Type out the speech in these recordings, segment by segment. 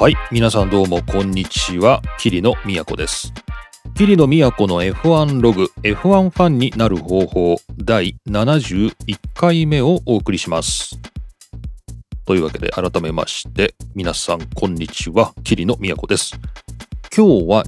はい、皆さんどうもこんにちは。桐野都です。桐野都の F1 ログ F1 ファンになる方法第71回目をお送りします。というわけで改めまして皆さんこんにちは。桐野都です。今日は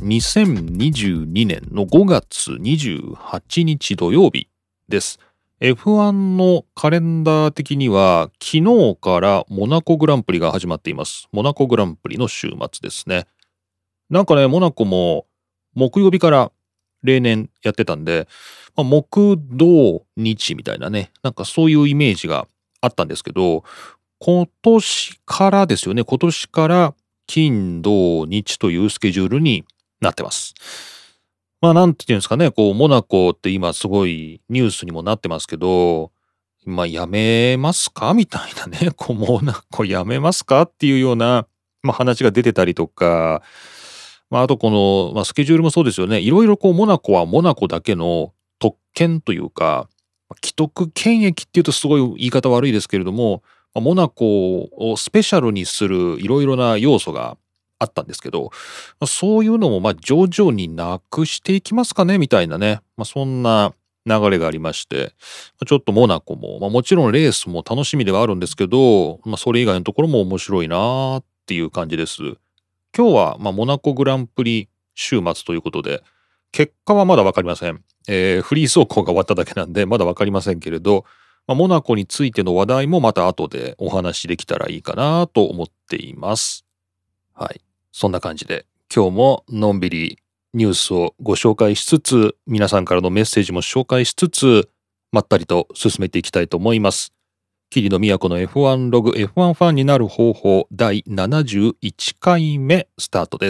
2022年の5月28日土曜日です。F1 のカレンダー的には昨日からモナコグランプリが始まっています。モナコグランプリの週末ですね。なんかね、モナコも木曜日から例年やってたんで、木土日みたいなね、なんかそういうイメージがあったんですけど、今年からですよね。今年から金土日というスケジュールになってます。なんていうんですかね、モナコって今すごいニュースにもなってますけど、やめますかみたいなね、モナコやめますかっていうような、話が出てたりとか、あとスケジュールもそうですよね。いろいろモナコはモナコだけの特権というか、既得権益っていうとすごい言い方悪いですけれども、モナコをスペシャルにするいろいろな要素があったんですけど、そういうのも徐々になくしていきますかねみたいなね、そんな流れがありまして、ちょっとモナコも、もちろんレースも楽しみではあるんですけど、それ以外のところも面白いなーっていう感じです。今日はモナコグランプリ週末ということで、結果はまだわかりません。フリー走行が終わっただけなんでまだわかりませんけれど、モナコについての話題もまた後でお話できたらいいかなと思っています。はい。そんな感じで今日ものんびりニュースをご紹介しつつ、皆さんからのメッセージも紹介しつつ、まったりと進めていきたいと思います。桐野都の F1 ログ F1 ファンになる方法第71回目スタートです。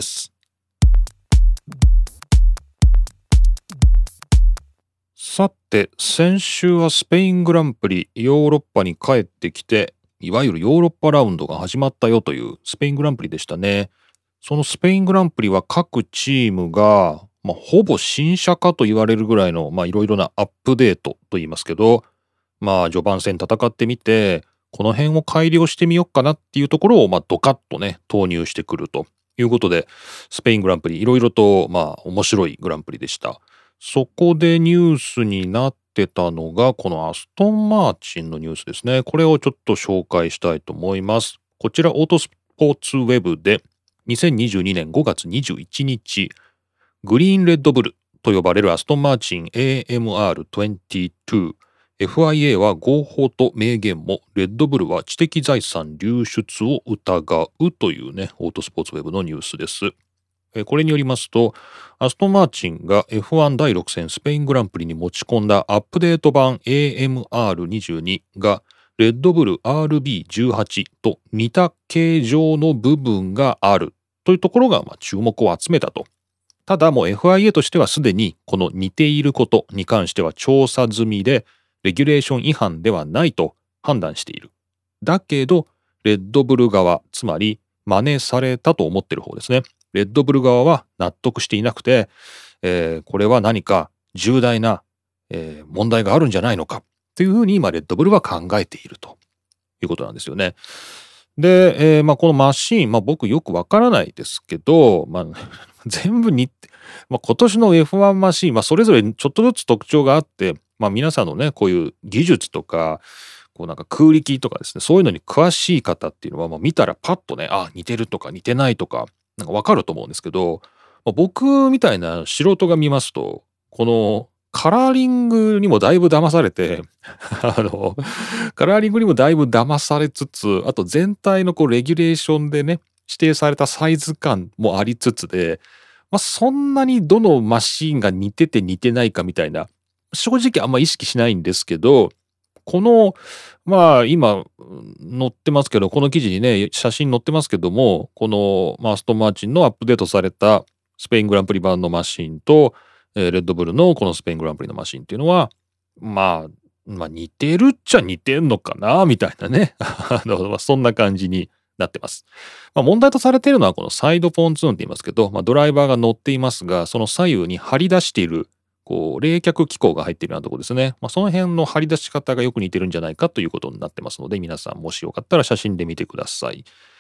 さて、先週はスペイングランプリヨーロッパに帰ってきて、いわゆるヨーロッパラウンドが始まったよというスペイングランプリでしたね。そのスペイングランプリは各チームが、ほぼ新車かと言われるぐらいのいろいろなアップデートと言いますけど、序盤戦戦ってみて、この辺を改良してみようかなっていうところをドカッとね投入してくるということで、スペイングランプリいろいろと面白いグランプリでした。そこでニュースになってたのがこのアストンマーチンのニュースですね。これをちょっと紹介したいと思います。こちらオートスポーツウェブで2022年5月21日、グリーンレッドブルと呼ばれるアストンマーチン AMR22、FIA は合法と明言も、レッドブルは知的財産流出を疑うというね、オートスポーツウェブのニュースです。これによりますと、アストンマーチンが F1 第6戦スペイングランプリに持ち込んだアップデート版 AMR22 が、レッドブル RB18 と似た形状の部分があるというところが注目を集めたと。ただもう FIA としてはすでにこの似ていることに関しては調査済みで、レギュレーション違反ではないと判断している。だけど、レッドブル側、つまり真似されたと思っている方ですね。レッドブル側は納得していなくて、これは何か重大な、問題があるんじゃないのかというふうに今レッドブルは考えているということなんですよね。で、このマシーン、僕よくわからないですけど、全部に、今年の F1 マシーン、それぞれちょっとずつ特徴があって、皆さんのね、こういう技術とか、なんか空力とかですね、そういうのに詳しい方っていうのは、見たらパッとね、似てるとか似てないとか、なんかわかると思うんですけど、僕みたいな素人が見ますと、このカラーリングにもだいぶ騙されてカラーリングにもだいぶ騙されつつ、あと全体のレギュレーションでね、指定されたサイズ感もありつつで、そんなにどのマシーンが似てて似てないかみたいな、正直あんま意識しないんですけど、この、今載ってますけど、この記事にね、写真載ってますけども、このアストンマーチンのアップデートされたスペイングランプリ版のマシンと、レッドブルのこのスペイングランプリのマシンっていうのは、似てるっちゃ似てんのかなみたいなね。そんな感じになってます。問題とされているのはこのサイドポンツーンって言いますけど、ドライバーが乗っていますが、その左右に張り出している冷却機構が入っているようなところですね。その辺の張り出し方がよく似てるんじゃないかということになってますので、皆さんもしよかったら写真で見てください。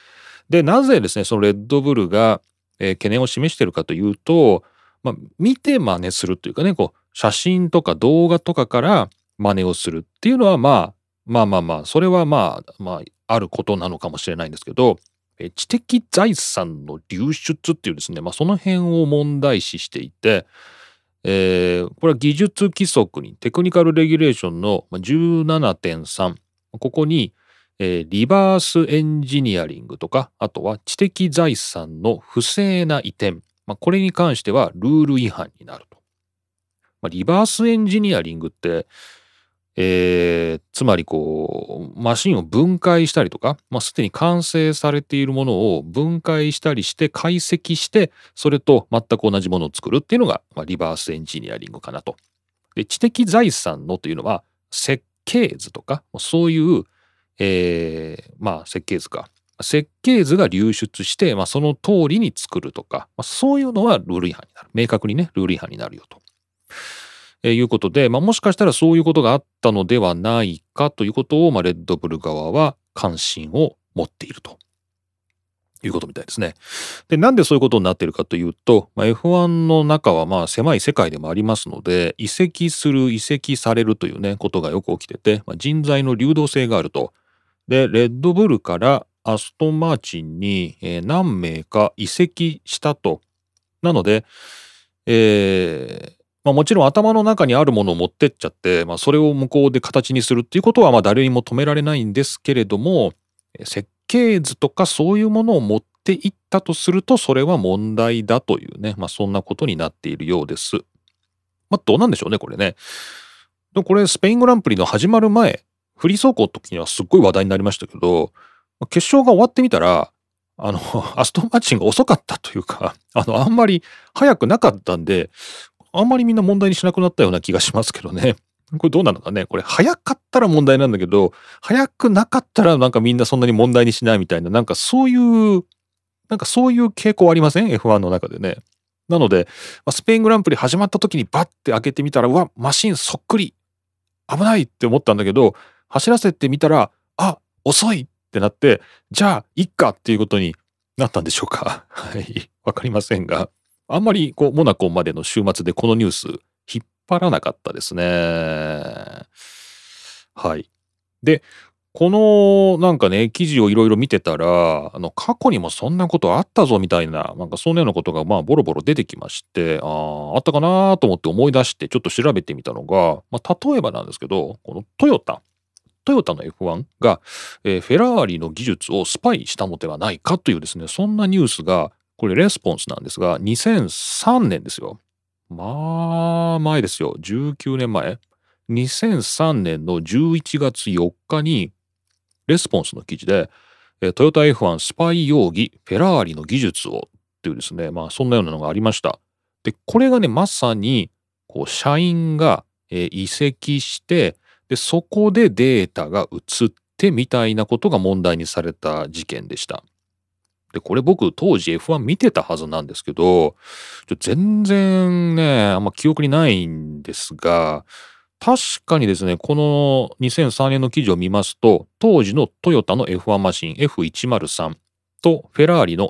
で、なぜですね、そのレッドブルが、懸念を示しているかというと、見て真似するというかね、こう、写真とか動画とかから真似をするっていうのは、それはあることなのかもしれないんですけど、知的財産の流出っていうですね、その辺を問題視していて、これは技術規則にテクニカルレギュレーションの17.3、ここに、リバースエンジニアリングとか、あとは知的財産の不正な移転、これに関してはルール違反になると。リバースエンジニアリングって、つまりこうマシンを分解したりとか、すでに完成されているものを分解したりして解析して、それと全く同じものを作るっていうのが、リバースエンジニアリングかなと。で、知的財産のというのは設計図とかそういう、設計図か設計図が流出して、その通りに作るとか、そういうのはルール違反になる。明確にねルール違反になるよと。いうことで、もしかしたらそういうことがあったのではないかということを、レッドブル側は関心を持っているということみたいですね。で、なんでそういうことになっているかというと、F1 の中は狭い世界でもありますので、移籍する、移籍されるというね、ことがよく起きてて、人材の流動性があると。で、レッドブルからアストンマーチンに何名か移籍したと。なので、もちろん頭の中にあるものを持ってっちゃって、それを向こうで形にするっていうことは誰にも止められないんですけれども、設計図とかそういうものを持っていったとすると、それは問題だというね、そんなことになっているようです。どうなんでしょうね、これね。でもこれスペイングランプリの始まる前、フリー走行の時にはすっごい話題になりましたけど、決勝が終わってみたら、アストンマーチンが遅かったというか、あんまり早くなかったんで、あんまりみんな問題にしなくなったような気がしますけどね。これどうなのかね。これ早かったら問題なんだけど、早くなかったらみんなそんなに問題にしないみたいな、そういう傾向ありません ?F1 の中でね。なので、スペイングランプリ始まった時にバッて開けてみたら、うわ、マシンそっくり危ないって思ったんだけど、走らせてみたら、あ、遅いってなって、じゃあ、いっかっていうことになったんでしょうか。はい。わかりませんが。あんまりモナコまでの週末でこのニュース引っ張らなかったですね。はい。で、この記事をいろいろ見てたら、過去にもそんなことあったぞみたいな、そんなようなことがボロボロ出てきまして、あったかなと思って思い出してちょっと調べてみたのが、例えばなんですけど、このトヨタの F1 が、フェラーリの技術をスパイしたのではないかというですね、そんなニュースが、これレスポンスなんですが、2003年ですよ。前ですよ。19年前。2003年の11月4日に、レスポンスの記事で、トヨタ F1 スパイ容疑、フェラーリの技術をっていうですね、そんなようなのがありました。で、これがね、まさに、社員が、移籍して、で、そこでデータが移ってみたいなことが問題にされた事件でした。で、これ僕当時 F1 見てたはずなんですけど、全然ね、あんま記憶にないんですが、確かにですね、この2003年の記事を見ますと、当時のトヨタの F1 マシン F103 とフェラーリの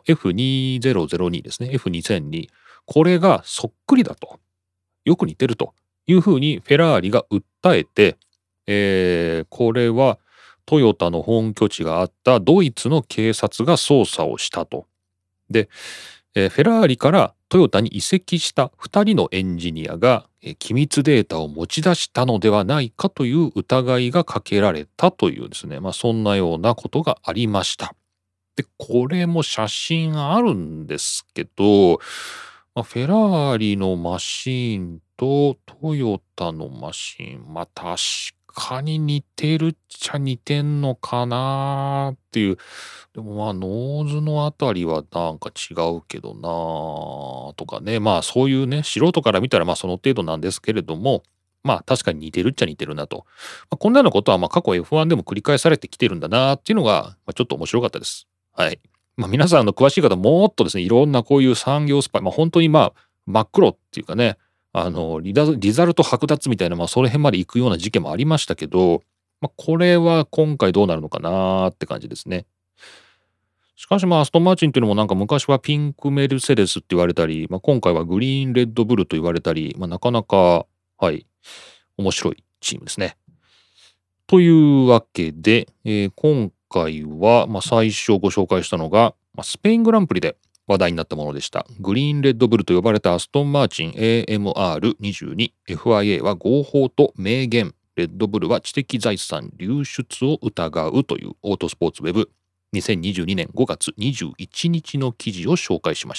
F2002 ですね、F2002。これがそっくりだと。よく似てるというふうにフェラーリが訴えて、これはトヨタの本拠地があったドイツの警察が捜査をしたと。で、フェラーリからトヨタに移籍した2人のエンジニアが機密データを持ち出したのではないかという疑いがかけられたというですね、そんなようなことがありました。で、これも写真あるんですけど、フェラーリのマシーンとトヨタのマシーン、確かに似てるっちゃ似てんのかなっていう。でもノーズのあたりはなんか違うけどなとかね。そういうね、素人から見たらその程度なんですけれども、確かに似てるっちゃ似てるなと。こんなようなことは過去 F1 でも繰り返されてきてるんだなっていうのが、ちょっと面白かったです。はい。皆さんの詳しい方もっとですね、いろんなこういう産業スパイ、本当に真っ黒っていうかね、リザルト剥奪みたいな、その辺まで行くような事件もありましたけど、これは今回どうなるのかなって感じですね。 しかしアストンマーチンっていうのもなんか昔はピンクメルセデスって言われたり、今回はグリーンレッドブルと言われたり、なかなか、はい、面白いチームですね。というわけで、今回は、最初ご紹介したのが、スペイングランプリで話題になったものでした。グリーンレッドブルと呼ばれたアストンマーチン AMR22、FIA は合法と明言、レッドブルは知的財産流出を疑うというオートスポーツウェブ2022年5月21日の記事を紹介しました。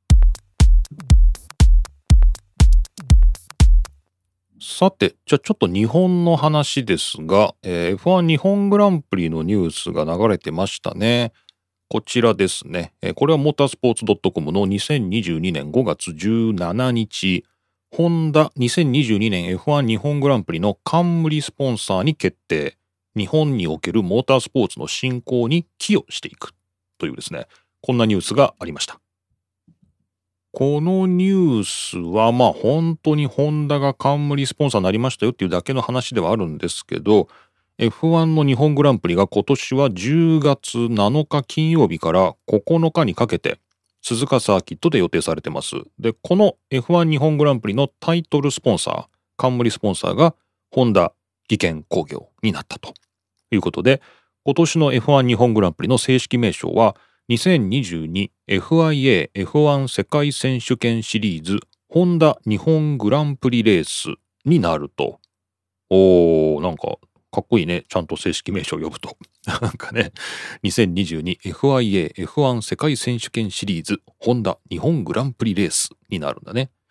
さて、じゃあちょっと日本の話ですが、F1 日本グランプリのニュースが流れてましたね。こちらですね。これはモータースポーツ .com の2022年5月17日、ホンダ2022年 F1 日本グランプリの冠スポンサーに決定。日本におけるモータースポーツの振興に寄与していくというですね、こんなニュースがありました。このニュースは本当にホンダが冠スポンサーになりましたよっていうだけの話ではあるんですけど、F1 の日本グランプリが今年は10月7日金曜日から9日にかけて鈴鹿サーキットで予定されてます。で、この F1 日本グランプリのタイトルスポンサー、冠スポンサーがホンダ技研工業になったということで、今年の F1 日本グランプリの正式名称は2022 FIA F1 世界選手権シリーズホンダ日本グランプリレースになると。なんかかっこいいね。ちゃんと正式名称を呼ぶと。なんかね、2022 FIA F1 世界選手権シリーズホンダ日本グランプリレースになるんだね。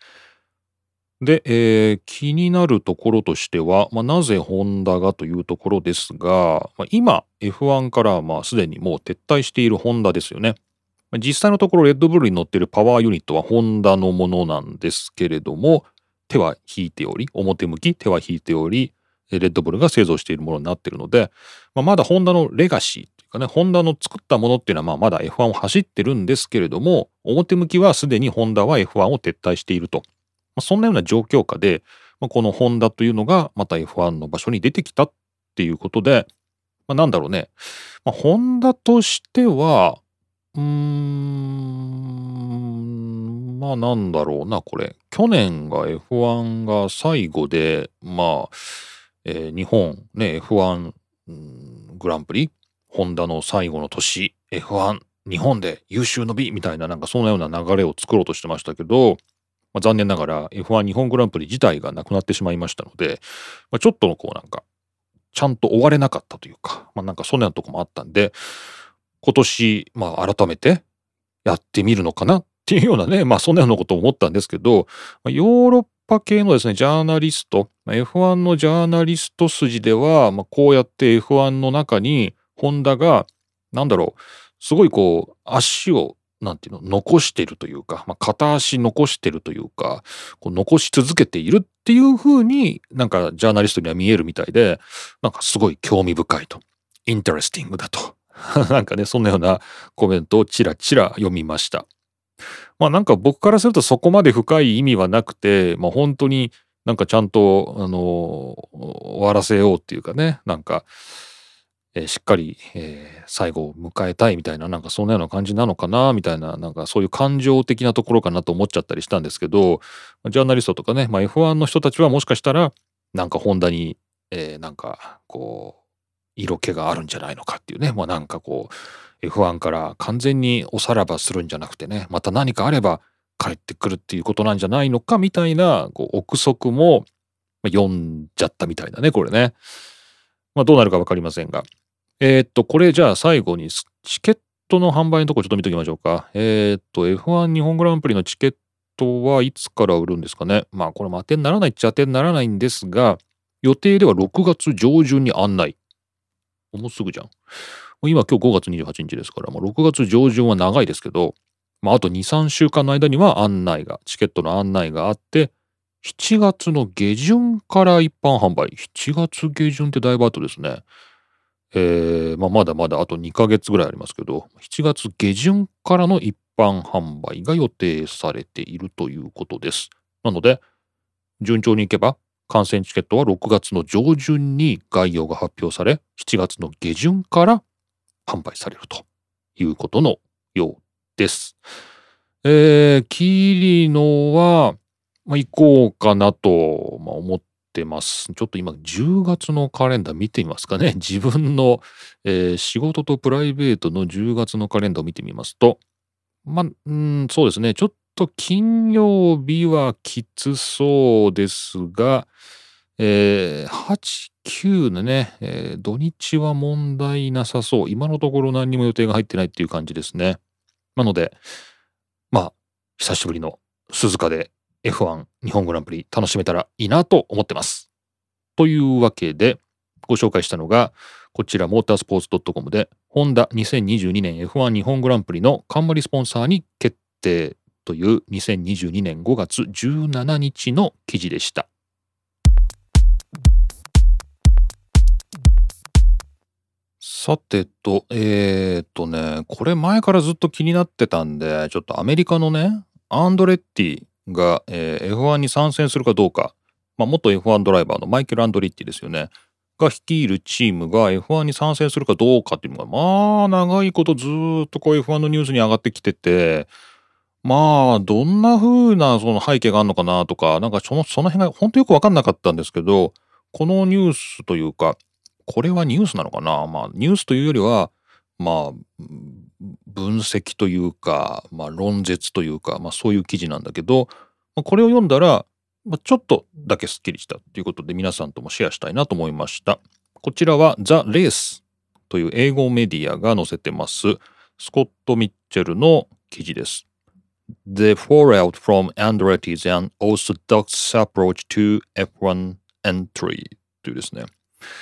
で、気になるところとしては、なぜホンダがというところですが、今 F1 からすでにもう撤退しているホンダですよね。実際のところレッドブルに乗っているパワーユニットはホンダのものなんですけれども、手は引いており、表向き手は引いており、レッドブルが製造しているものになっているので、まだホンダのレガシーというかね、ホンダの作ったものっていうのはまだ F1 を走ってるんですけれども、表向きはすでにホンダは F1 を撤退していると。そんなような状況下で、このホンダというのがまた F1 の場所に出てきたっていうことで、なんだろうね。ホンダとしては、なんだろうな、これ。去年が F1 が最後で、日本ね、F1 グランプリ、ホンダの最後の年、F1 日本で優秀の美みたいななんかそんなような流れを作ろうとしてましたけど、残念ながら F1 日本グランプリ自体がなくなってしまいましたので、ちょっとのこうなんか、ちゃんと終われなかったというか、なんかそんなようなとこもあったんで、今年、改めてやってみるのかなっていうようなね、そんなようなことを思ったんですけど、ヨーロッパ系のですね、ジャーナリスト、F1 のジャーナリスト筋では、こうやって F1 の中に、ホンダが、すごいこう、足を、なんていうの、残してるというか、片足残してるというか、こう残し続けているっていう風になんかジャーナリストには見えるみたいで、なんかすごい興味深いと。インタレスティングだと。なんかね、そんなようなコメントをちらちら読みました。なんか僕からするとそこまで深い意味はなくて、本当になんかちゃんと、終わらせようっていうかね、なんか、しっかり、最後を迎えたいみたいな、なんかそんなような感じなのかな、みたいな、なんかそういう感情的なところかなと思っちゃったりしたんですけど、ジャーナリストとかね、F1 の人たちはもしかしたら、なんかホンダに、なんかこう、色気があるんじゃないのかっていうね、なんかこう、F1 から完全におさらばするんじゃなくてね、また何かあれば帰ってくるっていうことなんじゃないのかみたいな、こう、憶測も読んじゃったみたいだね、これね。どうなるかわかりませんが。これじゃあ最後にチケットの販売のとこちょっと見ときましょうか。F1 日本グランプリのチケットはいつから売るんですかね。これも当てにならないっちゃ当てにならないんですが、予定では6月上旬に案内。もうすぐじゃん。今日5月28日ですから、6月上旬は長いですけど、あと2、3週間の間にはチケットの案内があって、7月の下旬から一般販売。7月下旬ってだいぶ後ですね。まだまだあと2ヶ月ぐらいありますけど、7月下旬からの一般販売が予定されているということです。なので、順調にいけば、観戦チケットは6月の上旬に概要が発表され、7月の下旬から販売されるということのようです。キリノは、行こうかなと、思ってます。ちょっと今10月のカレンダー見てみますかね。自分の、仕事とプライベートの10月のカレンダーを見てみますと、そうですね。ちょっと金曜日はきつそうですが、8、9のね、土日は問題なさそう。今のところ何にも予定が入ってないっていう感じですね。なので、久しぶりの鈴鹿で F1 日本グランプリ楽しめたらいいなと思ってます。というわけで、ご紹介したのが、こちらモータースポーツ .com で、ホンダ2022年 F1 日本グランプリの冠スポンサーに決定という2022年5月17日の記事でした。さてと、これ前からずっと気になってたんで、ちょっとアメリカのね、アンドレッティが、F1 に参戦するかどうか、元 F1 ドライバーのマイケル・アンドレッティですよね。が率いるチームが F1 に参戦するかどうかっていうのが、長いことずっとこう F1 のニュースに上がってきてて、どんな風なその背景があるのかなとか、なんかその辺が本当よくわかんなかったんですけど、このニュースというか、これはニュースなのかな、ニュースというよりは、分析というか、論説というか、そういう記事なんだけど、これを読んだら、ちょっとだけスッキリしたということで皆さんともシェアしたいなと思いました。こちらはザ・レースという英語メディアが載せてます。スコット・ミッチェルの記事です。The fallout from Andretti's unorthodox approach to F1 entry というですね。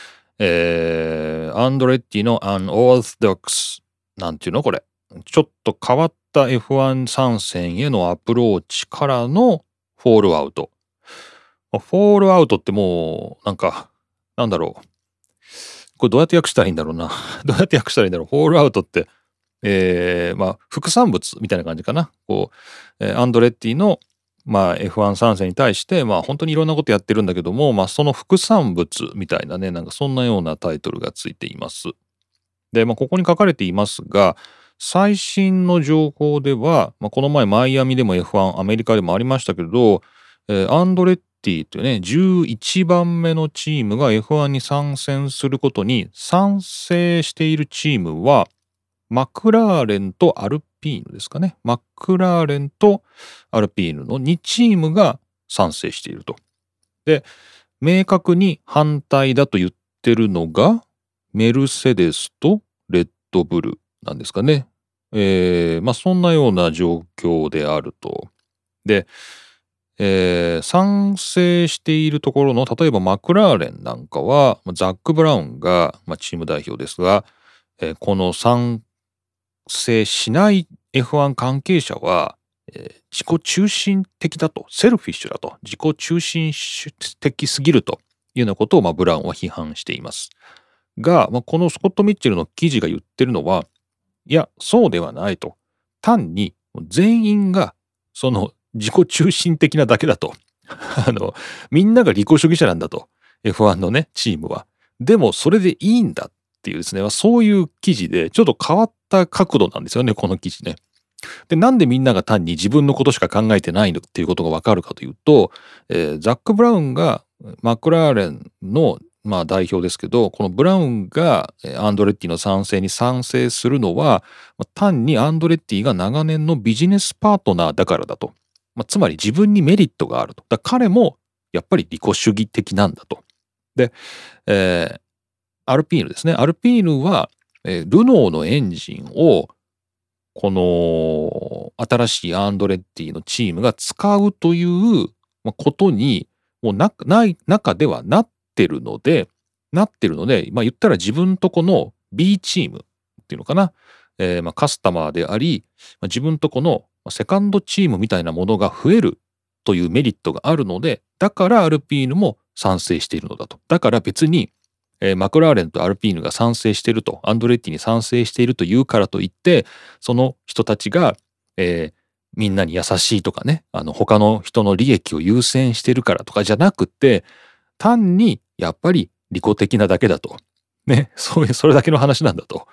アンドレッティの unorthodox なんていうのこれ。ちょっと変わった F1 参戦へのアプローチからのフォールアウト。フォールアウトってもう、なんだろう。これどうやって訳したらいいんだろうな。どうやって訳したらいいんだろう。フォールアウトって、副産物みたいな感じかな。アンドレッティの、F1 参戦に対して、本当にいろんなことやってるんだけども、その副産物みたいなね、そんなようなタイトルがついています。で、ここに書かれていますが、最新の情報では、この前マイアミでも F1、アメリカでもありましたけど、アンドレッティというね、11番目のチームが F1 に参戦することに賛成しているチームは、マクラーレンとアルピーヌですかね。マクラーレンとアルピーヌの2チームが賛成していると。で、明確に反対だと言ってるのが、メルセデスとレッドブルなんですかね。そんなような状況であると。で、賛成しているところの、例えばマクラーレンなんかは、ザック・ブラウンが、チーム代表ですが、この賛成しない F1 関係者は、自己中心的だと、セルフィッシュだと、自己中心的すぎるというようなことを、ブラウンは批判しています。が、このスコット・ミッチェルの記事が言ってるのは、いや、そうではないと。単に全員がその自己中心的なだけだと。みんなが利己主義者なんだと。F1 のね、チームは。でもそれでいいんだっていうですね、そういう記事で、ちょっと変わった角度なんですよね、この記事ね。で、なんでみんなが単に自分のことしか考えてないのっていうことがわかるかというと、ザック・ブラウンがマクラーレンの代表ですけど、このブラウンがアンドレッティの賛成に賛成するのは、単にアンドレッティが長年のビジネスパートナーだからだと。つまり自分にメリットがあると。だから彼もやっぱり利己主義的なんだと。で、アルピーヌですね。アルピーヌは、ルノーのエンジンをこの新しいアンドレッティのチームが使うということにもう中ではなってるので、言ったら自分とこの B チームっていうのかな、カスタマーであり、自分とこのセカンドチームみたいなものが増えるというメリットがあるので、だからアルピーヌも賛成しているのだと。だから別に、マクラーレンとアルピーヌが賛成していると、アンドレッティに賛成しているというからといって、その人たちが、みんなに優しいとかね、他の人の利益を優先してるからとかじゃなくて、単にやっぱり利己的なだけだと。ね、それだけの話なんだと。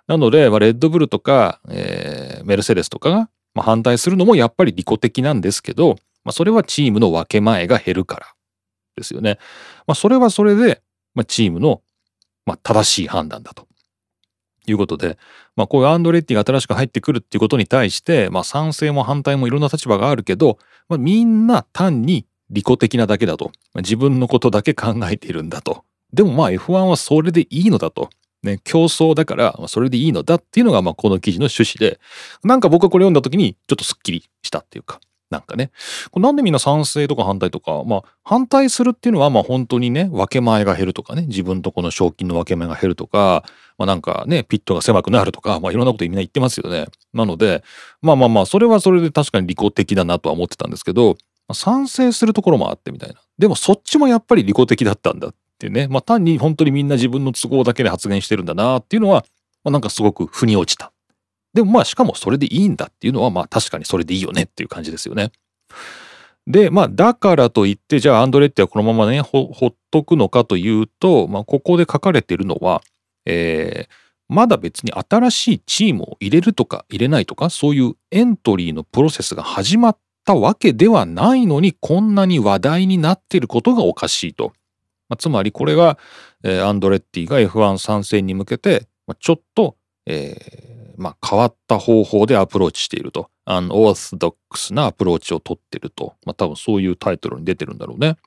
なので、レッドブルとか、メルセデスとかが、反対するのもやっぱり利己的なんですけど、それはチームの分け前が減るからですよね。それはそれで、チームの、正しい判断だということで、こういうアンドレッティが新しく入ってくるっていうことに対して、賛成も反対もいろんな立場があるけど、みんな単に利己的なだけだと。自分のことだけ考えているんだと。でもF1 はそれでいいのだと。ね、競争だからそれでいいのだっていうのがこの記事の趣旨で、なんか僕はこれ読んだ時にちょっとスッキリしたっていうか、なんかね、これなんでみんな賛成とか反対とか、反対するっていうのは本当にね、分け前が減るとかね、自分とこの賞金の分け前が減るとか、なんかね、ピットが狭くなるとか、いろんなことみんな言ってますよね。なので、それはそれで確かに利己的だなとは思ってたんですけど、賛成するところもあってみたいな。でもそっちもやっぱり利己的だったんだっていうね。単に本当にみんな自分の都合だけで発言してるんだなっていうのは、なんかすごく腑に落ちた。でもしかもそれでいいんだっていうのは確かにそれでいいよねっていう感じですよね。で、だからといって、じゃあアンドレッティはこのままね、ほっとくのかというと、ここで書かれているのは、まだ別に新しいチームを入れるとか入れないとか、そういうエントリーのプロセスが始まったわけではないのに、こんなに話題になっていることがおかしいと。つまりこれが、アンドレッティが F1 参戦に向けて、ちょっと、変わった方法でアプローチしていると。アンオーソドックスなアプローチを取ってると。多分そういうタイトルに出てるんだろうね。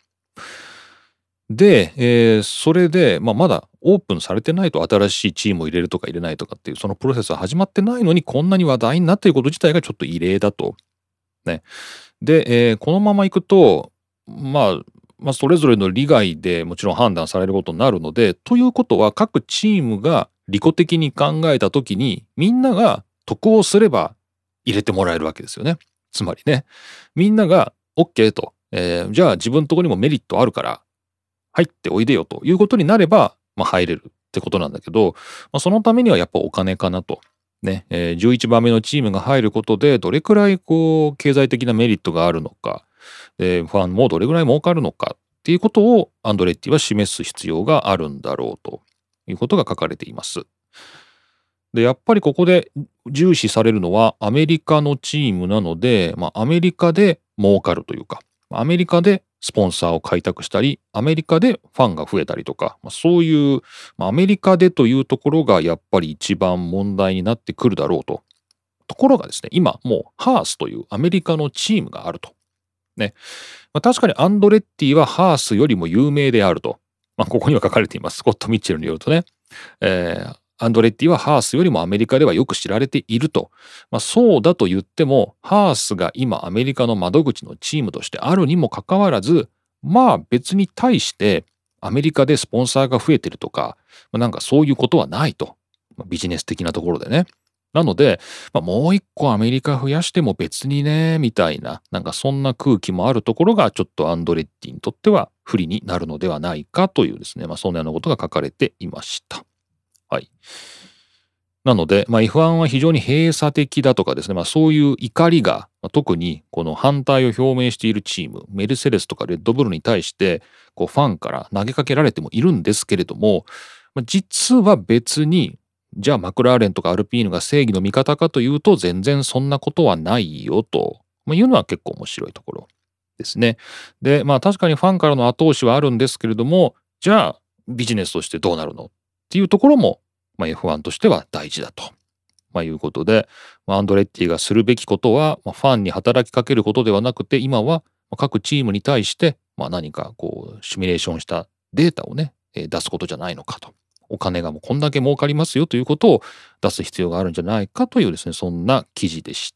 で、それで、まだオープンされてないと、新しいチームを入れるとか入れないとかっていうそのプロセスは始まってないのに、こんなに話題になっていること自体がちょっと異例だと。ね。で、このままいくと、それぞれの利害でもちろん判断されることになるので、ということは各チームが利己的に考えた時に、みんなが得をすれば入れてもらえるわけですよね。つまりね、みんなが OK と、じゃあ自分のところにもメリットあるから入っておいでよということになれば、入れるってことなんだけど、そのためにはやっぱお金かなと。ね、11番目のチームが入ることでどれくらいこう経済的なメリットがあるのか、ファンもどれぐらい儲かるのかっていうことをアンドレッティは示す必要があるんだろうということが書かれています。で、やっぱりここで重視されるのはアメリカのチームなので、アメリカで儲かるというか、アメリカでスポンサーを開拓したり、アメリカでファンが増えたりとか、そういうアメリカでというところがやっぱり一番問題になってくるだろうと。ところがですね、今もうハースというアメリカのチームがあると。ね。確かにアンドレッティはハースよりも有名であると。ここには書かれています。スコット・ミッチェルによるとね。アンドレッティはハースよりもアメリカではよく知られていると。そうだと言っても、ハースが今アメリカの窓口のチームとしてあるにもかかわらず、別に対してアメリカでスポンサーが増えてるとか、なんかそういうことはないと。ビジネス的なところでね。なので、もう一個アメリカ増やしても別にね、みたいな、なんかそんな空気もあるところがちょっとアンドレッティにとっては不利になるのではないかというですね、そんなようなことが書かれていました。はい。なので、F1 は非常に閉鎖的だとかですね、そういう怒りが、特にこの反対を表明しているチーム、メルセデスとかレッドブルに対して、ファンから投げかけられてもいるんですけれども、実は別に、じゃあマクラーレンとかアルピーヌが正義の味方かというと、全然そんなことはないよと、いうのは結構面白いところですね。で、確かにファンからの後押しはあるんですけれども、じゃあビジネスとしてどうなるのっていうところも、F1 としては大事だと。いうことで、アンドレッティがするべきことは、ファンに働きかけることではなくて、今は各チームに対して、何かこう、シミュレーションしたデータをね、出すことじゃないのかと。お金がもうこんだけ儲かりますよということを出す必要があるんじゃないかというですね、そんな記事でした。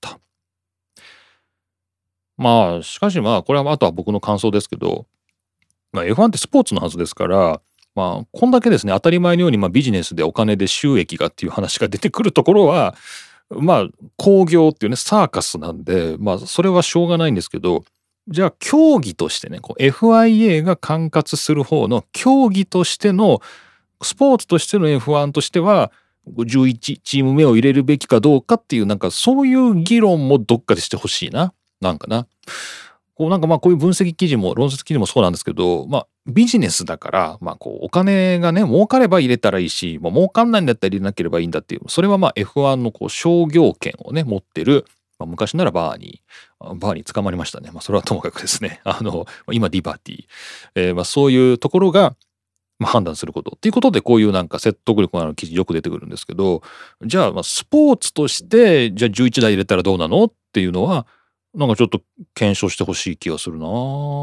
しかしこれはあとは僕の感想ですけど、F1 ってスポーツのはずですから、こんだけですね、当たり前のようにビジネスでお金で収益がっていう話が出てくるところは、興行っていうね、サーカスなんで、それはしょうがないんですけど、じゃあ競技としてね、FIA が管轄する方の競技としての、スポーツとしての F1 としては、11チーム目を入れるべきかどうかっていう、なんかそういう議論もどっかでしてほしいな。なんかな。 こうなんかまあこういう分析記事も論説記事もそうなんですけど、まあビジネスだから、まあこうお金がね、儲かれば入れたらいいし、もう儲かんないんだったら入れなければいいんだっていう、それはまあ F1 のこう商業権をね、持ってる、まあ、昔ならバーに捕まりましたね。まあそれはともかくですね、今リバティ、まあそういうところが、まあ、判断することっていうことでこういうなんか説得力のある記事よく出てくるんですけど、じゃあまあスポーツとしてじゃあ11台入れたらどうなのっていうのはなんかちょっと検証してほしい気がするな。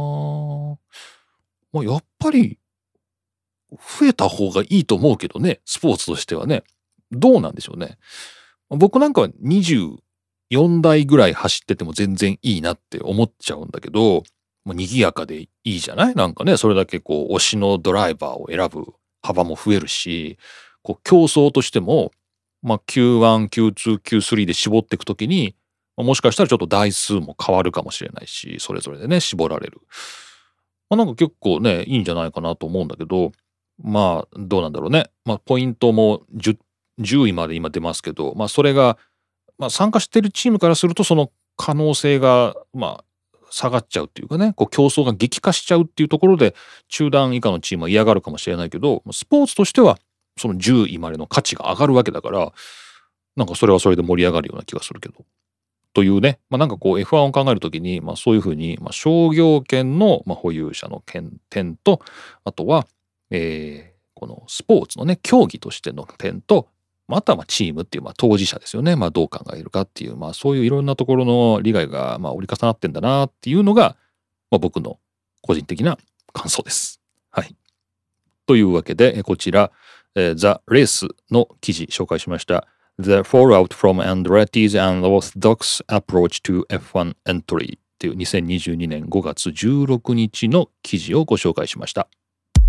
まあ、やっぱり増えた方がいいと思うけどね、スポーツとしてはね。どうなんでしょうね。僕なんかは24台ぐらい走ってても全然いいなって思っちゃうんだけど、まあ、賑やかでいいじゃないなんかね、それだけこう推しのドライバーを選ぶ幅も増えるし、こう競争としても、まあ、Q1、Q2、Q3 で絞っていくときに、もしかしたらちょっと台数も変わるかもしれないし、それぞれでね、絞られる。まあ、なんか結構ね、いいんじゃないかなと思うんだけど、まあ、どうなんだろうね。まあ、ポイントも10位まで今出ますけど、まあ、それが、まあ、参加してるチームからすると、その可能性が、まあ、下がっちゃうっていうかね、こう競争が激化しちゃうっていうところで、中段以下のチームは嫌がるかもしれないけど、スポーツとしては、その10位までの価値が上がるわけだから、なんかそれはそれで盛り上がるような気がするけど。というね、まあ、なんかこう F1 を考えるときに、まあ、そういうふうに、まあ、商業権の、まあ、保有者の点と、あとは、このスポーツのね、競技としての点と、またはまあチームっていう、まあ、当事者ですよね。まあ、どう考えるかっていう、まあ、そういういろんなところの利害が、まあ、折り重なってんだなっていうのが、まあ、僕の個人的な感想です。はい。というわけで、こちら、ザ・レースの記事紹介しました。The Fallout from Andretti's Unorthodox Approach to F1 Entry っていう2022年5月16日の記事をご紹介しました。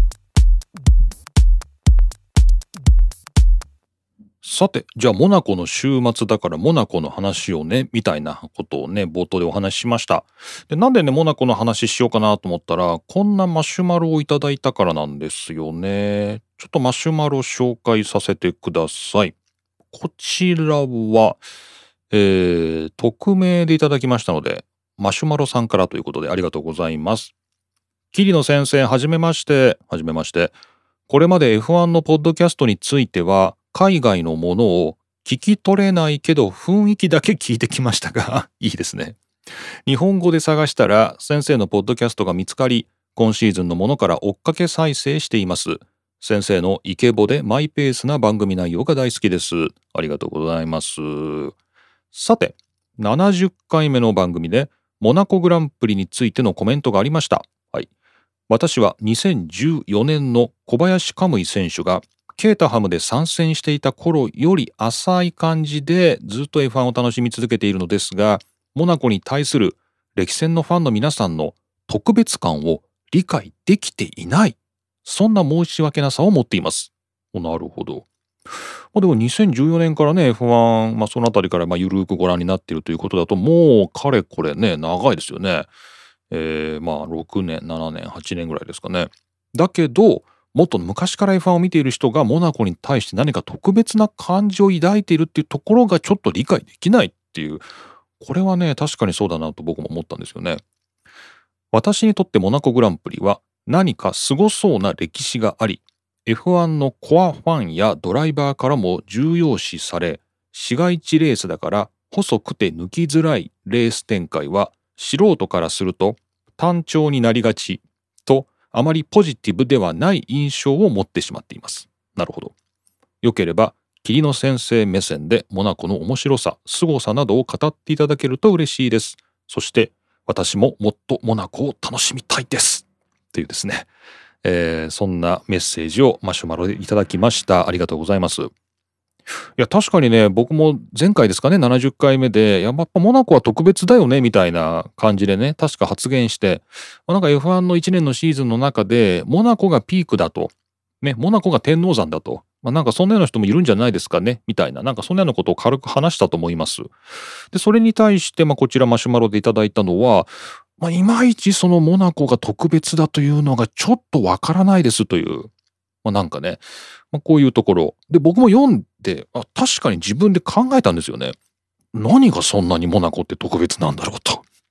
さて、じゃあモナコの週末だからモナコの話をね、みたいなことをね、冒頭でお話ししました。で、なんでね、モナコの話しようかなと思ったら、こんなマシュマロをいただいたからなんですよね。ちょっとマシュマロ紹介させてください。こちらは、匿名でいただきましたので、マシュマロさんからということでありがとうございます。桐野先生、はじめまして。はじめまして。これまで F1 のポッドキャストについては、海外のものを聞き取れないけど雰囲気だけ聞いてきましたが、いいですね。日本語で探したら先生のポッドキャストが見つかり、今シーズンのものから追っかけ再生しています。先生のイケボでマイペースな番組内容が大好きです。ありがとうございます。さて、70回目の番組でモナコグランプリについてのコメントがありました。はい。私は2014年の小林カムイ選手がケータハムで参戦していた頃より浅い感じでずっと F1 を楽しみ続けているのですが、モナコに対する歴戦のファンの皆さんの特別感を理解できていない。そんな申し訳なさを持っています。なるほど。でも2014年からね F1、そのあたりからゆるくご覧になっているということだともうかれこれね長いですよね。6年7年8年ぐらいですかね。だけどもっと昔から F1 を見ている人がモナコに対して何か特別な感情を抱いているっていうところがちょっと理解できないっていう、これはね確かにそうだなと僕も思ったんですよね。私にとってモナコグランプリは何かすごそうな歴史があり、F1 のコアファンやドライバーからも重要視され、市街地レースだから細くて抜きづらいレース展開は素人からすると単調になりがちと、あまりポジティブではない印象を持ってしまっています。なるほど。よければ桐野先生目線でモナコの面白さ、凄さなどを語っていただけると嬉しいです。そして私ももっとモナコを楽しみたいですというですね、そんなメッセージをマシュマロでいただきました。ありがとうございます。いや確かにね、僕も前回ですかね70回目でやっぱモナコは特別だよねみたいな感じでね確か発言して、なんか F1 の1年のシーズンの中でモナコがピークだとね、モナコが天王山だと、なんかそんなような人もいるんじゃないですかねみたいな、なんかそんなようなことを軽く話したと思います。でそれに対してこちらマシュマロでいただいたのは、いまいちそのモナコが特別だというのがちょっとわからないですという、なんかね、こういうところで僕も読んで確かに自分で考えたんですよね。何がそんなにモナコって特別なんだろうと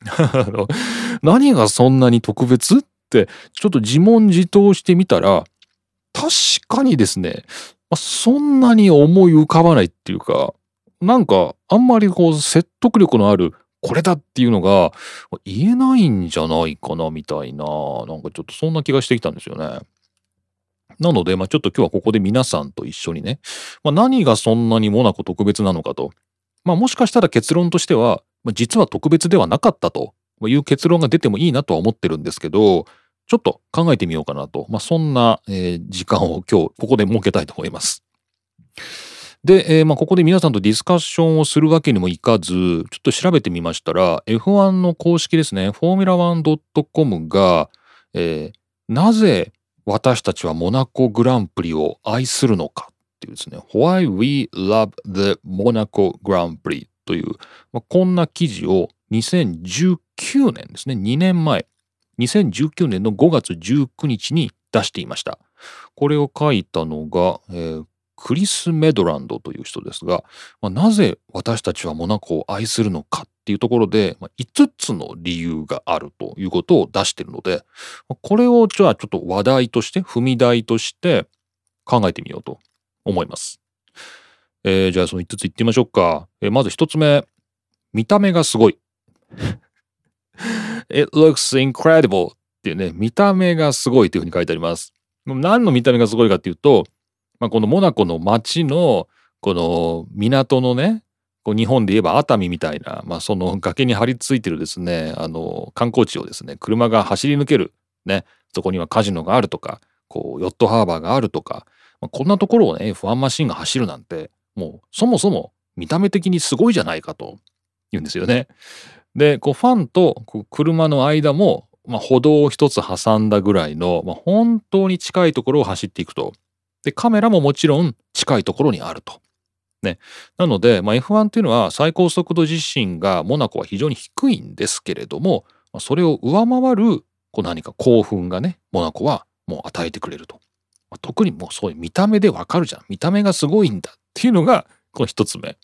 あの何がそんなに特別ってちょっと自問自答してみたら、確かにですね、そんなに思い浮かばないっていうか、なんかあんまりこう説得力のあるこれだっていうのが言えないんじゃないかなみたいな、なんかちょっとそんな気がしてきたんですよね。なので、ちょっと今日はここで皆さんと一緒にね、何がそんなにモナコ特別なのかと、もしかしたら結論としては、実は特別ではなかったという結論が出てもいいなとは思ってるんですけど、ちょっと考えてみようかなと、そんな、時間を今日ここで設けたいと思います。で、ここで皆さんとディスカッションをするわけにもいかず、ちょっと調べてみましたら、F1 の公式ですね、フォーミュラ 1.com が、なぜ私たちはモナコグランプリを愛するのかっていうですね、Why We Love the Monaco Grand Prix という、こんな記事を2019年ですね、2年前、2019年の5月19日に出していました。これを書いたのが、クリス・メドランドという人ですが、なぜ私たちはモナコを愛するのかっていうところで、5つの理由があるということを出しているので、これをじゃあちょっと話題として踏み台として考えてみようと思います。じゃあその5つ言ってみましょうか。まず1つ目、見た目がすごい。It looks incredible っていうね、見た目がすごいというふうに書いてあります。何の見た目がすごいかっていうと、このモナコの街のこの港のね、こう日本で言えば熱海みたいな、その崖に張り付いてるですね、観光地をですね、車が走り抜ける、ね、そこにはカジノがあるとか、こうヨットハーバーがあるとか、こんなところをね、F1 マシンが走るなんて、もうそもそも見た目的にすごいじゃないかと言うんですよね。で、こうファンとこう車の間も、歩道を一つ挟んだぐらいの、本当に近いところを走っていくと。で、カメラももちろん近いところにあると。ね。なので、F1 っていうのは最高速度自身がモナコは非常に低いんですけれども、それを上回るこう何か興奮がね、モナコはもう与えてくれると。特にもうそういう見た目でわかるじゃん。見た目がすごいんだっていうのがこの一つ目。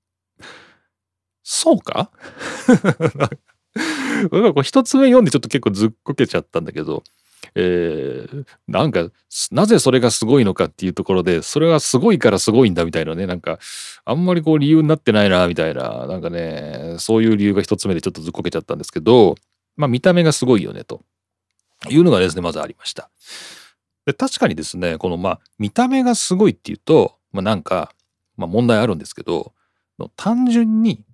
そうかこう一つ目読んでちょっと結構ずっこけちゃったんだけど、なんかなぜそれがすごいのかっていうところで、それはすごいからすごいんだみたいなね、なんかあんまりこう理由になってないなみたいな、なんかね、そういう理由が一つ目でちょっとずっこけちゃったんですけど、見た目がすごいよねというのがですね、まずありました。で、確かにですね、この見た目がすごいっていうと、なんか問題あるんですけど、単純に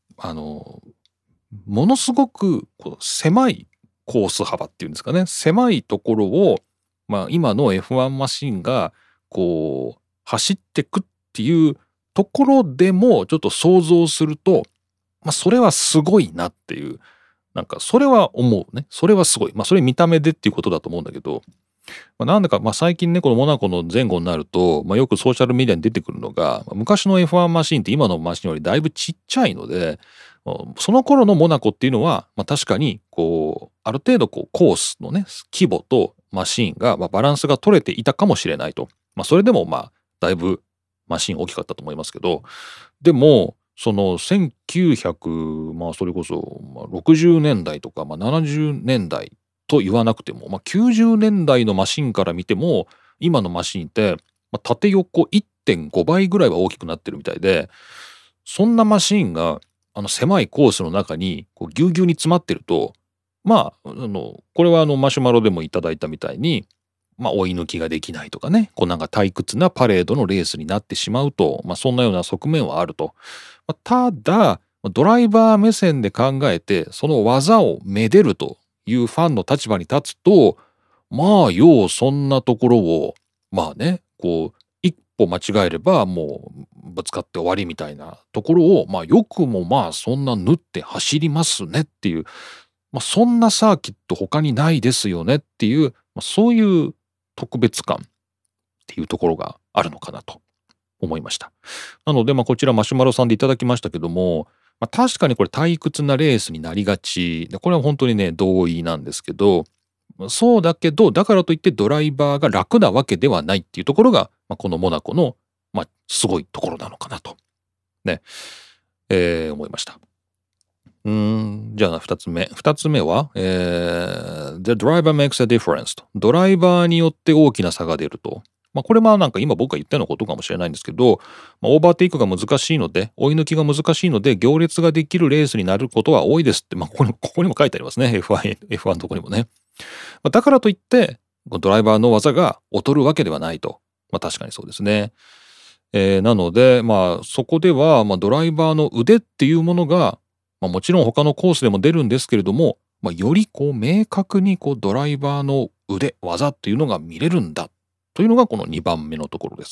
ものすごくこう狭いコース幅っていうんですかね、狭いところを、今の F1 マシンがこう走ってくっていうところでもちょっと想像すると、それはすごいなっていう、なんかそれは思うね。それはすごい。それ見た目でっていうことだと思うんだけど、なんだか最近ね、このモナコの前後になると、よくソーシャルメディアに出てくるのが、昔の F1 マシンって今のマシンよりだいぶちっちゃいので、その頃のモナコっていうのは、確かにこうある程度こうコースのね規模とマシンが、バランスが取れていたかもしれないと。それでもだいぶマシン大きかったと思いますけど、でもその1900、それこそ60年代とか、70年代と言わなくても、90年代のマシンから見ても今のマシンって、縦横 1.5 倍ぐらいは大きくなってるみたいで、そんなマシンが狭いコースの中にこうぎゅうぎゅうに詰まってると、これはマシュマロでもいただいたみたいに、追い抜きができないとかね、こうなんか退屈なパレードのレースになってしまうと、そんなような側面はあると。ただドライバー目線で考えてその技をめでるというファンの立場に立つと、ようそんなところをこう一歩間違えればもうぶつかって終わりみたいなところを、よくもそんな縫って走りますねっていう、そんなサーキット他にないですよねっていう、そういう特別感っていうところがあるのかなと思いました。なのでこちらマシュマロさんでいただきましたけども、確かにこれ退屈なレースになりがちで、これは本当にね同意なんですけど、そうだけどだからといってドライバーが楽なわけではないっていうところが、このモナコの、すごいところなのかなとね、思いました。 じゃあ2つ目。2つ目は、The driver makes a difference と。ドライバーによって大きな差が出ると。これなんか今僕が言ったようなことかもしれないんですけど、オーバーテイクが難しいので、追い抜きが難しいので、行列ができるレースになることは多いですって、ここにも書いてありますね。F1 のとこにもね。だからといって、ドライバーの技が劣るわけではないと。確かにそうですね。なので、そこでは、ドライバーの腕っていうものが、もちろん他のコースでも出るんですけれども、より明確にドライバーの腕、技っていうのが見れるんだというのがこの2番目のところです。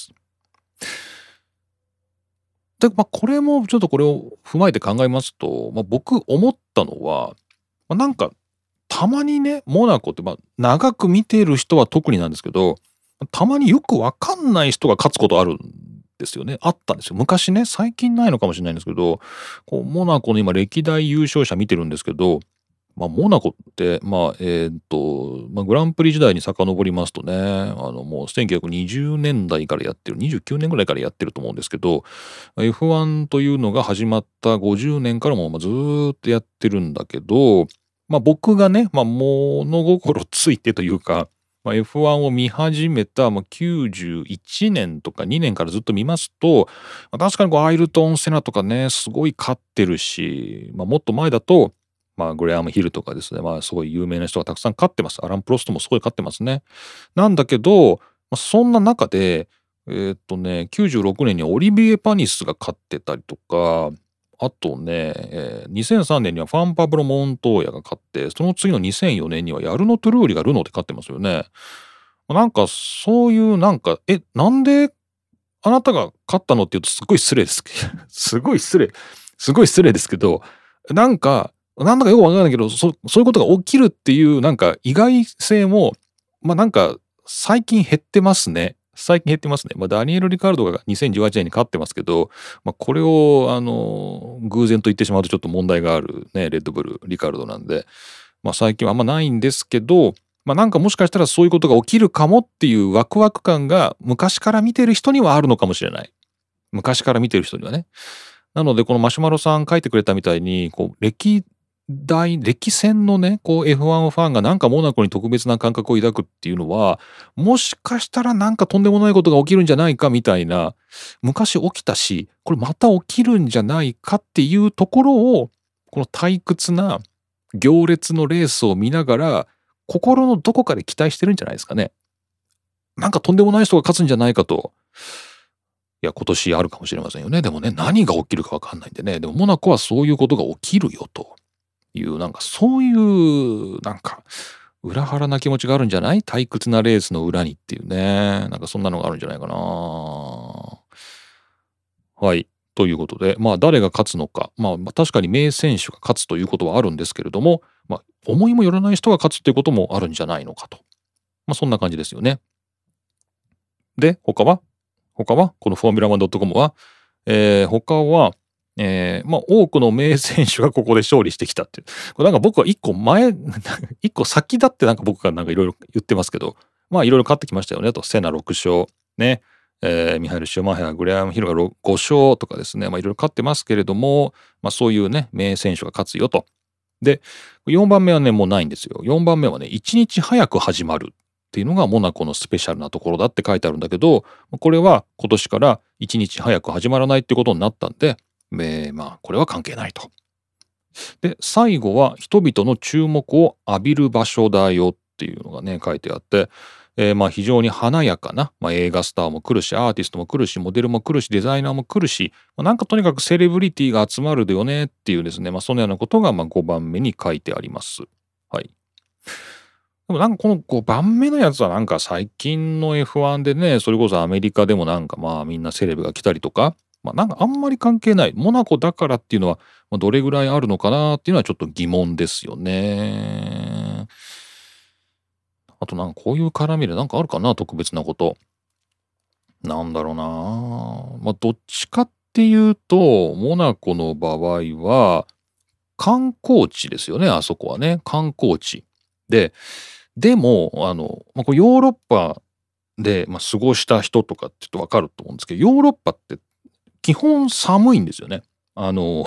で、これもちょっとこれを踏まえて考えますと、僕思ったのは、なんかたまにね、モナコって長く見てる人は特になんですけど、たまによくわかんない人が勝つことあるんですよね。あったんですよ。昔ね、最近ないのかもしれないんですけど、モナコの今歴代優勝者見てるんですけど、モナコって、グランプリ時代に遡りますとね、もう1920年代からやってる、29年ぐらいからやってると思うんですけど、F1 というのが始まった50年からもずーっとやってるんだけど、僕がね、物心ついてというか、F1 を見始めた、91年とか2年からずっと見ますと、確かにアイルトン・セナとかね、すごい勝ってるし、もっと前だと、グレアム・ヒルとかですね、すごい有名な人がたくさん勝ってます。アラン・プロストもすごい勝ってますね。なんだけど、そんな中で、96年にオリビエ・パニスが勝ってたりとか、あとね、2003年にはファン・パブロ・モントーヤが勝って、その次の2004年にはヤルノ・トゥルーリがルノーで勝ってますよね。なんかそういうなんであなたが勝ったのって言うとすごい失礼です。すごい失礼。すごい失礼ですけど、なんだかよくわからないけど、そういうことが起きるっていう意外性も、なんか最近減ってますね。最近減ってますね。ダニエル・リカルドが2018年に勝ってますけど、これを偶然と言ってしまうとちょっと問題があるね、レッドブル、リカルドなんで、最近はあんまないんですけど、もしかしたらそういうことが起きるかもっていうワクワク感が昔から見てる人にはあるのかもしれない。昔から見てる人にはね。なのでこのマシュマロさん書いてくれたみたいに、歴戦のね、F1 ファンがモナコに特別な感覚を抱くっていうのは、もしかしたらとんでもないことが起きるんじゃないかみたいな、昔起きたし、これまた起きるんじゃないかっていうところを、この退屈な行列のレースを見ながら、心のどこかで期待してるんじゃないですかね。とんでもない人が勝つんじゃないかと。いや、今年あるかもしれませんよね。でもね、何が起きるかわかんないんでね。でもモナコはそういうことが起きるよという、そういう、裏腹な気持ちがあるんじゃない？退屈なレースの裏にっていうね。そんなのがあるんじゃないかな。はい。ということで、誰が勝つのか。確かに名選手が勝つということはあるんですけれども、思いもよらない人が勝つっていうこともあるんじゃないのかと。そんな感じですよね。で、他はこのフォーミュラ 1.com は、他は、多くの名選手がここで勝利してきたっていう。これ僕は一個一個先だって僕がいろいろ言ってますけど、いろいろ勝ってきましたよねと。セナ6勝、ね。ミハイル・シューマッハやグレアム・ヒルが5勝とかですね、いろいろ勝ってますけれども、そういうね、名選手が勝つよと。で、4番目はね、もうないんですよ。4番目はね、1日早く始まるっていうのがモナコのスペシャルなところだって書いてあるんだけど、これは今年から1日早く始まらないってことになったんで、これは関係ないと。で、最後は人々の注目を浴びる場所だよっていうのがね、書いてあって、非常に華やかな、映画スターも来るし、アーティストも来るし、モデルも来るし、デザイナーも来るし、とにかくセレブリティが集まるよねっていうですね、そのようなことが5番目に書いてあります。はい。でもこの5番目のやつは最近の F1 でね、それこそアメリカでもみんなセレブが来たりとか、あんまり関係ない。モナコだからっていうのは、どれぐらいあるのかなっていうのはちょっと疑問ですよね。あとこういう絡みであるかな、特別なこと。なんだろうな。どっちかっていうと、モナコの場合は、観光地ですよね、あそこはね。観光地。でも、これヨーロッパで、過ごした人とかって言うとわかると思うんですけど、ヨーロッパって基本寒いんですよね。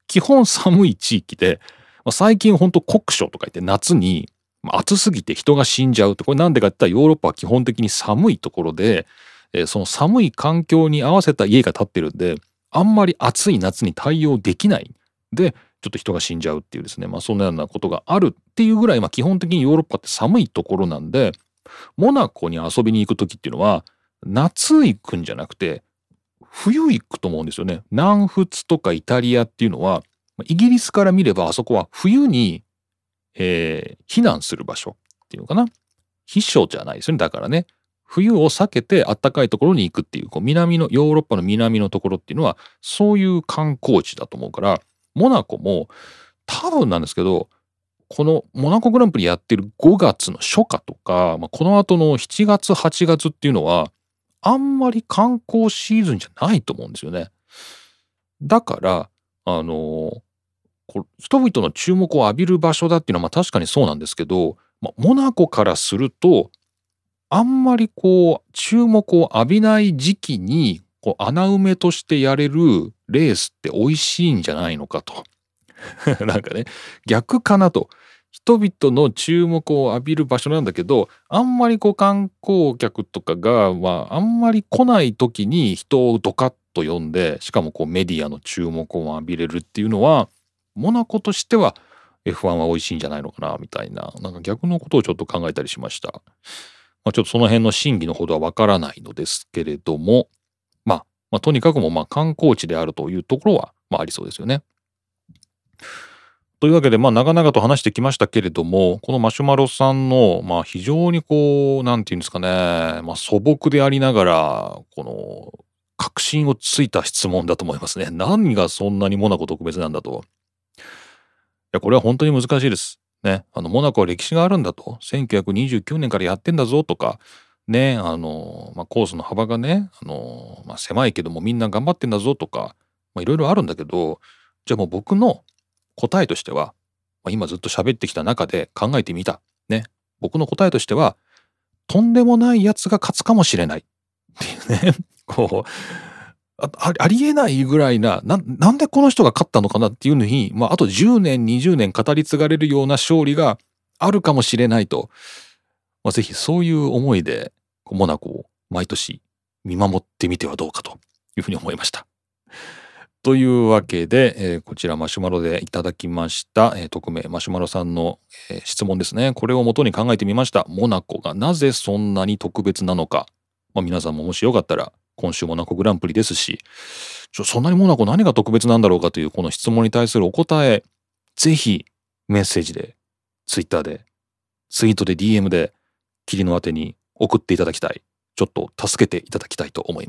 基本寒い地域で、最近ほんと酷暑とか言って夏に暑すぎて人が死んじゃうって、これなんでかって言ったらヨーロッパは基本的に寒いところで、その寒い環境に合わせた家が建ってるんで、あんまり暑い夏に対応できない。で、ちょっと人が死んじゃうっていうですね、そんなようなことがあるっていうぐらい、基本的にヨーロッパって寒いところなんで、モナコに遊びに行く時っていうのは、夏行くんじゃなくて、冬行くと思うんですよね。南仏とかイタリアっていうのは、イギリスから見ればあそこは冬に、避難する場所っていうのかな。避暑じゃないですよね。だからね、冬を避けて暖かいところに行くっていう、南の、ヨーロッパの南のところっていうのは、そういう観光地だと思うから、モナコも多分なんですけど、このモナコグランプリやってる5月の初夏とか、この後の7月、8月っていうのは、あんまり観光シーズンじゃないと思うんですよね。だから、人々の注目を浴びる場所だっていうのは確かにそうなんですけど、モナコからすると、あんまり注目を浴びない時期に、穴埋めとしてやれるレースって美味しいんじゃないのかと。なんかね、逆かなと。人々の注目を浴びる場所なんだけど、あんまり観光客とかが、あんまり来ない時に人をドカッと呼んで、しかもメディアの注目を浴びれるっていうのは、モナコとしては F1 は美味しいんじゃないのかな、みたいな、なんか逆のことをちょっと考えたりしました。ちょっとその辺の真偽のほどはわからないのですけれども、とにかくも観光地であるというところは、ありそうですよね。というわけで、長々と話してきましたけれども、このマシュマロさんの、非常になんていうんですかね、素朴でありながら、確信をついた質問だと思いますね。何がそんなにモナコ特別なんだと。いや、これは本当に難しいです。ね。モナコは歴史があるんだと。1929年からやってんだぞとか、ね、コースの幅がね、狭いけどもみんな頑張ってんだぞとか、いろいろあるんだけど、じゃあもう僕の答えとしては、今ずっと喋ってきた中で考えてみた。ね。僕の答えとしては、とんでもないやつが勝つかもしれない。っていうね。ありえないぐらいなんでこの人が勝ったのかなっていうのに、あと10年、20年語り継がれるような勝利があるかもしれないと。ぜひそういう思いで、モナコを毎年見守ってみてはどうかというふうに思いました。というわけで、こちらマシュマロでいただきました、匿名マシュマロさんの、質問ですね。これを元に考えてみました。モナコがなぜそんなに特別なのか。皆さんももしよかったら、今週モナコグランプリですし、そんなにモナコ何が特別なんだろうかというこの質問に対するお答え、ぜひメッセージで、ツイッターで、ツイートで DM で、霧の宛てに送っていただきたい。ちょっと助けていただきたいと思います。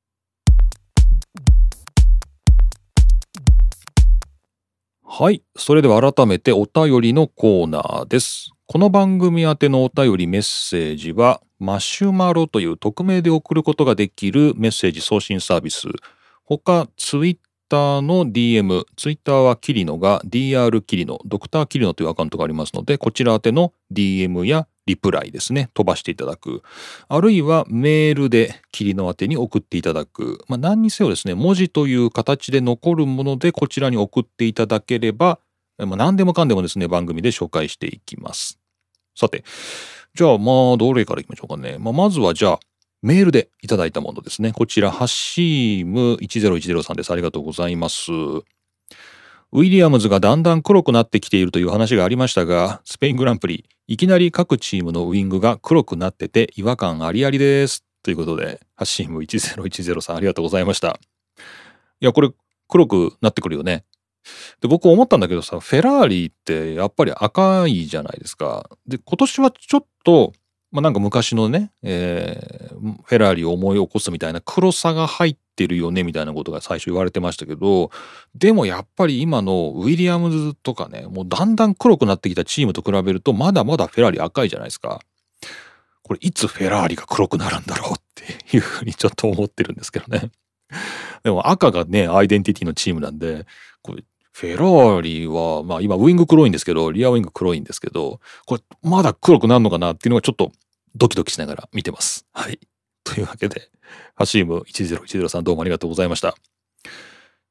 はい。それでは改めてお便りのコーナーです。この番組宛てのお便りメッセージは、マシュマロという匿名で送ることができるメッセージ送信サービス。他、ツイッターの DM、ツイッターはキリノが DR キリノ、ドクターキリノというアカウントがありますので、こちら宛ての DM やリプライですね、飛ばしていただく。あるいはメールでキリノ宛てに送っていただく。何にせよですね、文字という形で残るものでこちらに送っていただければ、何でもかんでもですね、番組で紹介していきます。さて、じゃあどれからいきましょうかね。まずはじゃあ、メールでいただいたものですね。こちら、ハッシーム1010さんです。ありがとうございます。ウィリアムズがだんだん黒くなってきているという話がありましたが、スペイングランプリ、いきなり各チームのウイングが黒くなってて違和感ありありです。ということで、ハッシーム1010さんありがとうございました。いや、これ黒くなってくるよね。で、僕思ったんだけどさ、フェラーリってやっぱり赤いじゃないですか。で、今年はちょっと、なんか昔のね、フェラーリを思い起こすみたいな黒さが入ってるよねみたいなことが最初言われてましたけど、でもやっぱり今のウィリアムズとかね、もうだんだん黒くなってきたチームと比べるとまだまだフェラーリ赤いじゃないですか。これいつフェラーリが黒くなるんだろうっていうふうにちょっと思ってるんですけどね。でも赤がね、アイデンティティのチームなんで、これフェラーリは、今ウィング黒いんですけど、リアウィング黒いんですけど、これまだ黒くなるのかなっていうのがちょっとドキドキしながら見てます。はい。というわけで、ハシーム1010さんどうもありがとうございました。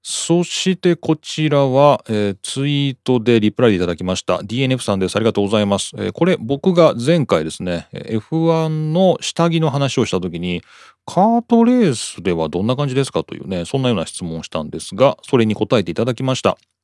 そしてこちらは、ツイートでリプライでいただきました DNF さんです。ありがとうございます。これ僕が前回ですね F1 の下着の話をした時にカートレースではどんな感じですかというね、そんなような質問をしたんですが、それに答えていただきました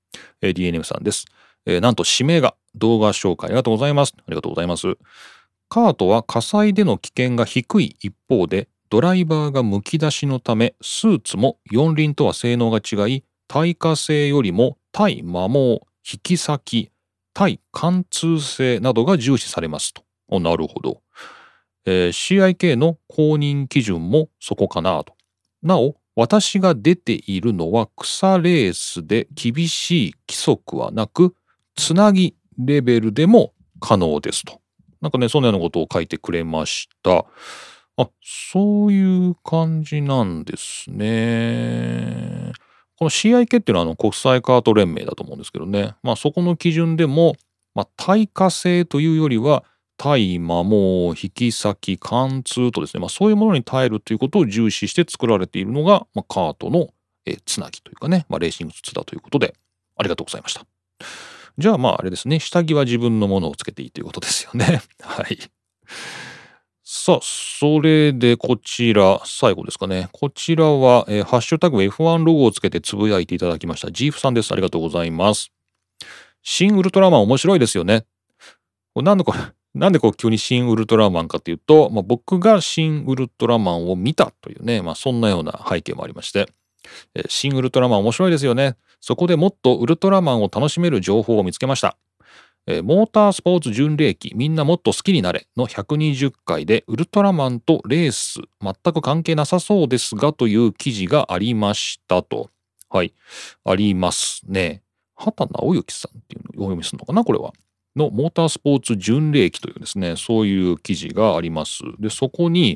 。DNF さんです。なんと指名が動画紹介ありがとうございます。ありがとうございます。カートは火災での危険が低い一方で、ドライバーがむき出しのため、スーツも四輪とは性能が違い、耐火性よりも耐摩耗、引き裂き、耐貫通性などが重視されますと。なるほど。CIK の公認基準もそこかなと。なお、私が出ているのは草レースで厳しい規則はなく、つなぎレベルでも可能ですと。なんかね、そんなようなことを書いてくれました。あ、そういう感じなんですね。この CIK っていうのは国際カート連盟だと思うんですけどね。まあそこの基準でも、耐火性というよりは、耐摩耗、引き裂き、貫通とですね、そういうものに耐えるということを重視して作られているのが、カートの、つなぎというかね、レーシング筒だということで、ありがとうございました。じゃああれですね、下着は自分のものをつけていいということですよね。はい。さあ、それでこちら、最後ですかね。こちらは、ハッシュタグ F1 ロゴをつけてつぶやいていただきました。ジーフさんです。ありがとうございます。新ウルトラマン面白いですよね。なんでこれ、なんで急に新ウルトラマンかというと、僕が新ウルトラマンを見たというね、そんなような背景もありまして、新ウルトラマン面白いですよね。そこでもっとウルトラマンを楽しめる情報を見つけました。モータースポーツ巡礼記みんなもっと好きになれの120回でウルトラマンとレース全く関係なさそうですがという記事がありましたと。はい。ありますね。畑直之さんっていうのをお読みするのかなこれは。のモータースポーツ巡礼記というですね、そういう記事があります。で、そこに、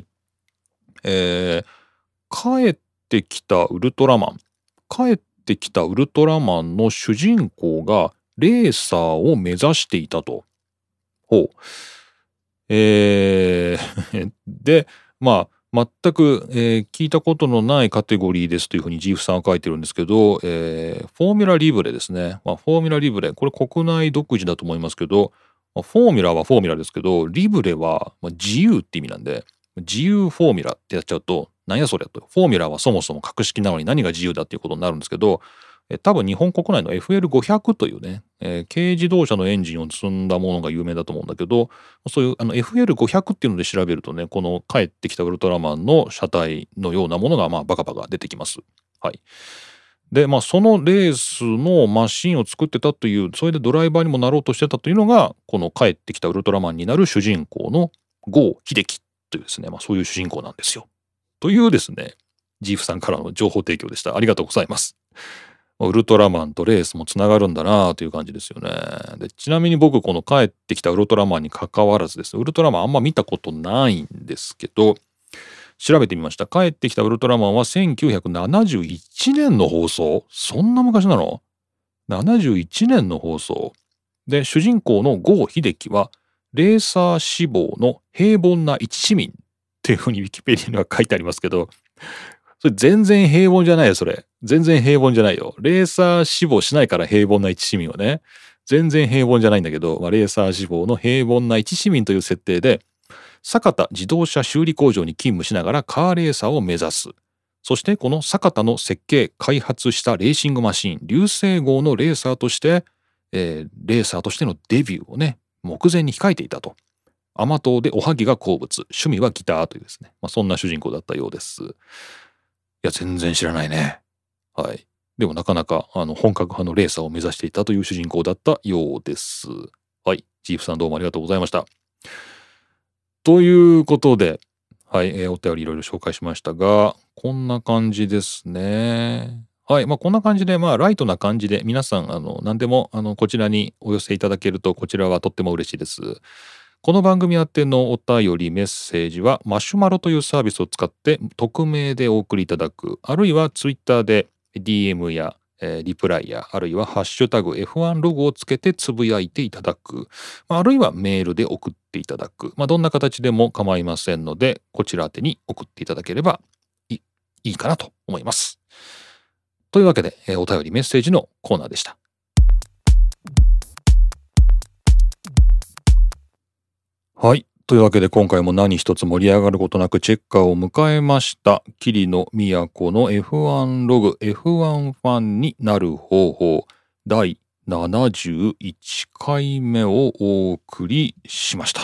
帰ってきたウルトラマン。帰ってきたウルトラマンの主人公がレーサーを目指していたと。ほう。で、全く、聞いたことのないカテゴリーですというふうにジーフさんは書いてるんですけど、フォーミュラリブレですね。フォーミュラリブレ、これ国内独自だと思いますけど、フォーミュラはフォーミュラですけど、リブレは、自由って意味なんで、自由フォーミュラってやっちゃうと、なんやそれと。フォーミュラはそもそも格式なのに何が自由だっていうことになるんですけど、多分日本国内の FL500 というね、軽自動車のエンジンを積んだものが有名だと思うんだけど、そういうFL500 っていうので調べるとね、この帰ってきたウルトラマンの車体のようなものがバカバカ出てきます。はい。で、そのレースのマシンを作ってたという、それでドライバーにもなろうとしてたというのが、この帰ってきたウルトラマンになる主人公の郷秀樹というですね、そういう主人公なんですよ。というですね、ジーフさんからの情報提供でした。ありがとうございます。ウルトラマンとレースもつながるんだなという感じですよね。で、ちなみに僕この帰ってきたウルトラマンに関わらずですね、ウルトラマンあんま見たことないんですけど、調べてみました。帰ってきたウルトラマンは1971年の放送。そんな昔なの？ 71 年の放送。で、主人公の郷秀樹は、レーサー志望の平凡な一市民っていうふうにウィキペディアには書いてありますけど、それ全然平凡じゃないよ、それ。全然平凡じゃないよ。レーサー志望しないから平凡な一市民はね。全然平凡じゃないんだけど、レーサー志望の平凡な一市民という設定で、酒田自動車修理工場に勤務しながらカーレーサーを目指す。そしてこの酒田の設計、開発したレーシングマシン、流星号のレーサーとして、レーサーとしてのデビューをね、目前に控えていたと。甘党でおはぎが好物、趣味はギターというですね、そんな主人公だったようです。いや、全然知らないね。はい。でもなかなか本格派のレーサーを目指していたという主人公だったようです。はい。ジーフさんどうもありがとうございました。ということで、はい、お便りいろいろ紹介しましたが、こんな感じですね。はい。こんな感じで、ライトな感じで、皆さん、何でも、こちらにお寄せいただけると、こちらはとっても嬉しいです。この番組宛てのお便り、メッセージは、マシュマロというサービスを使って、匿名でお送りいただく、あるいはツイッターで DM や、リプライや、あるいはハッシュタグ F1 ロゴをつけてつぶやいていただく、あるいはメールで送っていただく、どんな形でも構いませんので、こちら宛てに送っていただければいいかなと思います。 というわけで、お便りメッセージのコーナーでした。はい。というわけで今回も何一つ盛り上がることなくチェッカーを迎えました。桐野都の F1 ログ F1 ファンになる方法第71回目をお送りしました。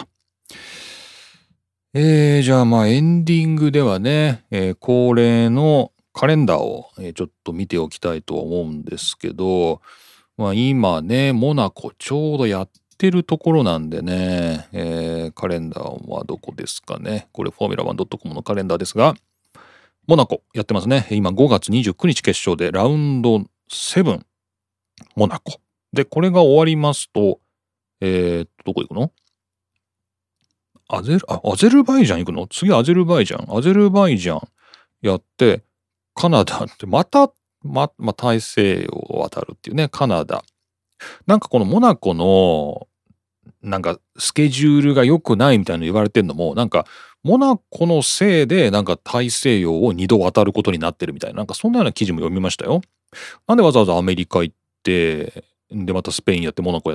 じゃあエンディングではね、恒例のカレンダーを、ちょっと見ておきたいと思うんですけど、今ね、モナコちょうどやってるところなんでね、カレンダーはどこですかね。これフォーミュラ 1.com のカレンダーですが、モナコやってますね。今5月29日決勝でラウンド7、モナコ。で、これが終わりますと、どこ行くの？アゼルバイジャン行くの？次アゼルバイジャンやって、カナダってま大西洋を渡るっていうね、カナダ。なんかこのモナコのなんかスケジュールが良くないみたいなの言われてんのも、なんかモナコのせいでなんか大西洋を2度渡ることになってるみたいな、なんかそんなような記事も読みましたよ。なんでわざわざアメリカ行って、でまたスペインやってモナコやって、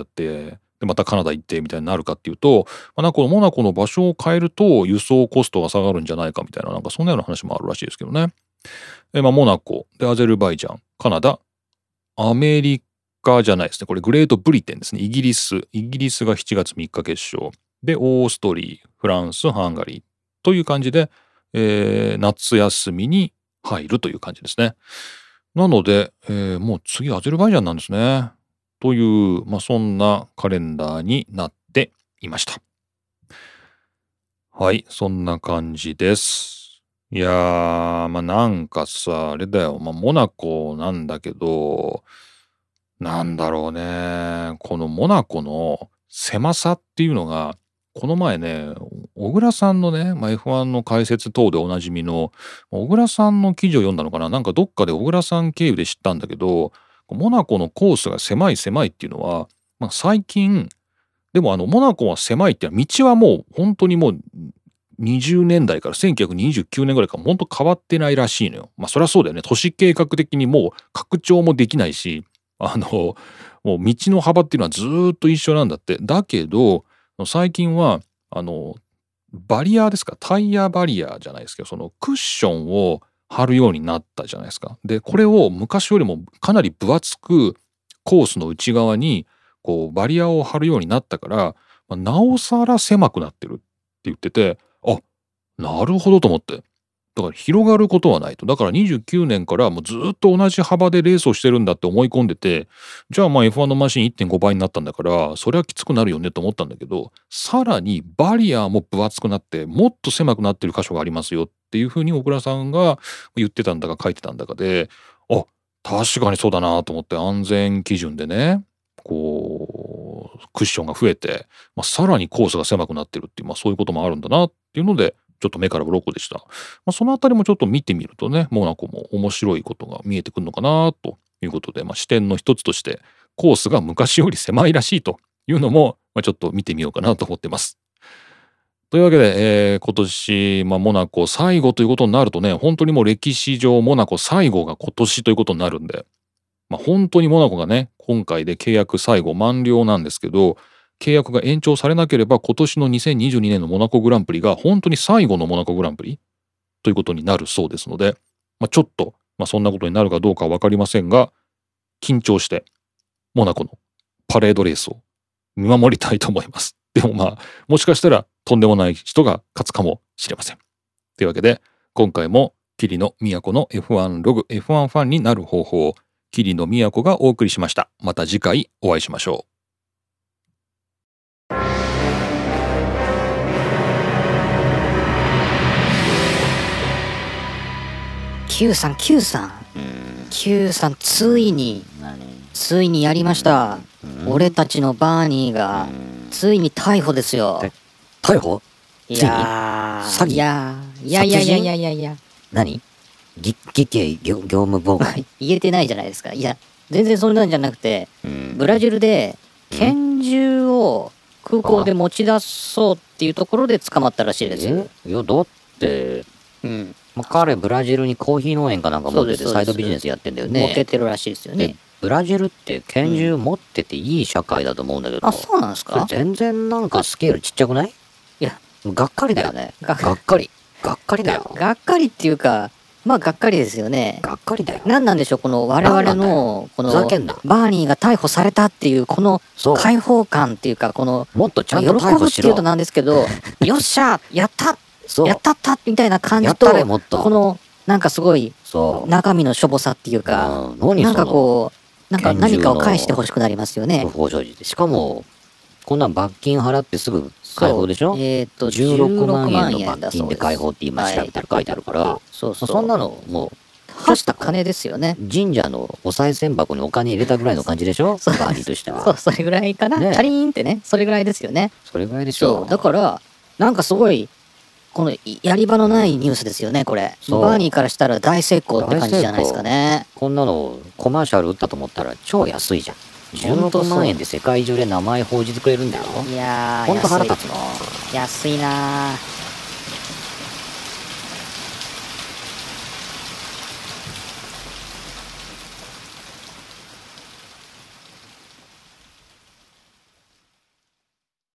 でまたカナダ行ってみたいになるかっていうと、なんかこのモナコの場所を変えると輸送コストが下がるんじゃないかみたいな、なんかそんなような話もあるらしいですけどね。モナコでアゼルバイジャン、カナダ、アメリカじゃないですね。これグレートブリテンですね。イギリスが7月3日決勝で、オーストリー、フランス、ハンガリーという感じで、夏休みに入るという感じですね。なので、もう次アゼルバイジャンなんですね。という、そんなカレンダーになっていました。はい、そんな感じです。いやー、なんかさ、あれだよ。モナコなんだけど、なんだろうね。このモナコの狭さっていうのが、この前ね、小倉さんのね、F1 の解説等でおなじみの、小倉さんの記事を読んだのかな、なんかどっかで小倉さん経由で知ったんだけど、モナコのコースが狭いっていうのは、最近、でもモナコは狭いっていうのは、道はもう本当にもう20年代から1929年ぐらいから本当変わってないらしいのよ。そりゃそうだよね。都市計画的にもう拡張もできないし、もう道の幅っていうのはずーっと一緒なんだって。だけど、最近は、バリアですか、タイヤバリアじゃないですけど、そのクッションを貼るようになったじゃないですか。で、これを昔よりもかなり分厚くコースの内側にこうバリアを貼るようになったから、なおさら狭くなってるって言ってて、あ、なるほどと思って。だから広がることはないと。だから29年からもうずっと同じ幅でレースをしてるんだって思い込んでて、じゃあF1 のマシン 1.5 倍になったんだから、それはきつくなるよねと思ったんだけど、さらにバリアも分厚くなって、もっと狭くなってる箇所がありますよっていうふうに小倉さんが言ってたんだか書いてたんだかで、あ、確かにそうだなと思って、安全基準でね、こう、クッションが増えて、さらにコースが狭くなってるっていう、そういうこともあるんだなっていうので、ちょっと目から鱗でした。そのあたりもちょっと見てみるとね、モナコも面白いことが見えてくるのかなということで、視点の一つとしてコースが昔より狭いらしいというのも、ちょっと見てみようかなと思ってます。というわけで、今年、モナコ最後ということになるとね、本当にもう歴史上モナコ最後が今年ということになるんで、本当にモナコがね、今回で契約最後満了なんですけど、契約が延長されなければ今年の2022年のモナコグランプリが本当に最後のモナコグランプリということになるそうですので、ちょっと、そんなことになるかどうかは分かりませんが、緊張してモナコのパレードレースを見守りたいと思います。でももしかしたらとんでもない人が勝つかもしれません。というわけで、今回も桐野都の F1 ログ F1 ファンになる方法を桐野都がお送りしました。また次回お会いしましょう。 Q さんついにやりました。俺たちのバーニーがついに逮捕ですよ。 逮捕？ いや詐欺？ いや何？偽計業務妨害言えてないじゃないですか。いや全然そんなんじゃなくて、ブラジルで拳銃を空港で持ち出そうっていうところで捕まったらしいですよ。 いやだってまあ、彼ブラジルにコーヒー農園かなんか持っててそうですサイドビジネスやってんだよ持ってね。 ってるらしいですよでね。 ブラジルって拳銃持ってていい社会だと思うんだけど、 あ、そうなんですそれか？ 全然なんかスケールちっちゃくない？ いや、 がっかりだよね。 ががっかり。がっかりだよ。 がっかりっていうか、まあがっかりですよね。 がっかりだよ。 なんなんでしょう、この我々の、この、 ふざけんなバーニーが逮捕されたっていう、このそう解放感っていうか、この、 もっとちゃん喜と逮捕しろぶっていうと。なんですけど、よっしゃやったそうやったったみたいな感やっじと、 たねもっとこの、なんかすごい、 そう。 中身のしょぼさっていうか、なんか何そのこう、なんか拳銃の何かを返してほしくなりますよね不。法所持で。しかも、こんなん罰金払ってすぐ解放でしょ？16万円の罰金で解放って今調べたら書いてあるから、 そうそう。 そんなのもはした金ですよね。 う神社のお賽銭箱にお金入れたぐらいの感じでしょ？バーニーとしてそう、 は。 それぐらいかな。 ねチャリーンってね、それぐらいですよね。 それぐらいでしょそう。だから、なんかすごい、このやり場のないニュースですよね、これ。 そうバーニーからしたら大成功って感じじゃないですかね。 こんなのコマーシャル打ったと思ったら超安いじゃん。16万円で世界中で名前報じてくれるんだよ。 いやー、 ほんと腹立つの。 安いなー。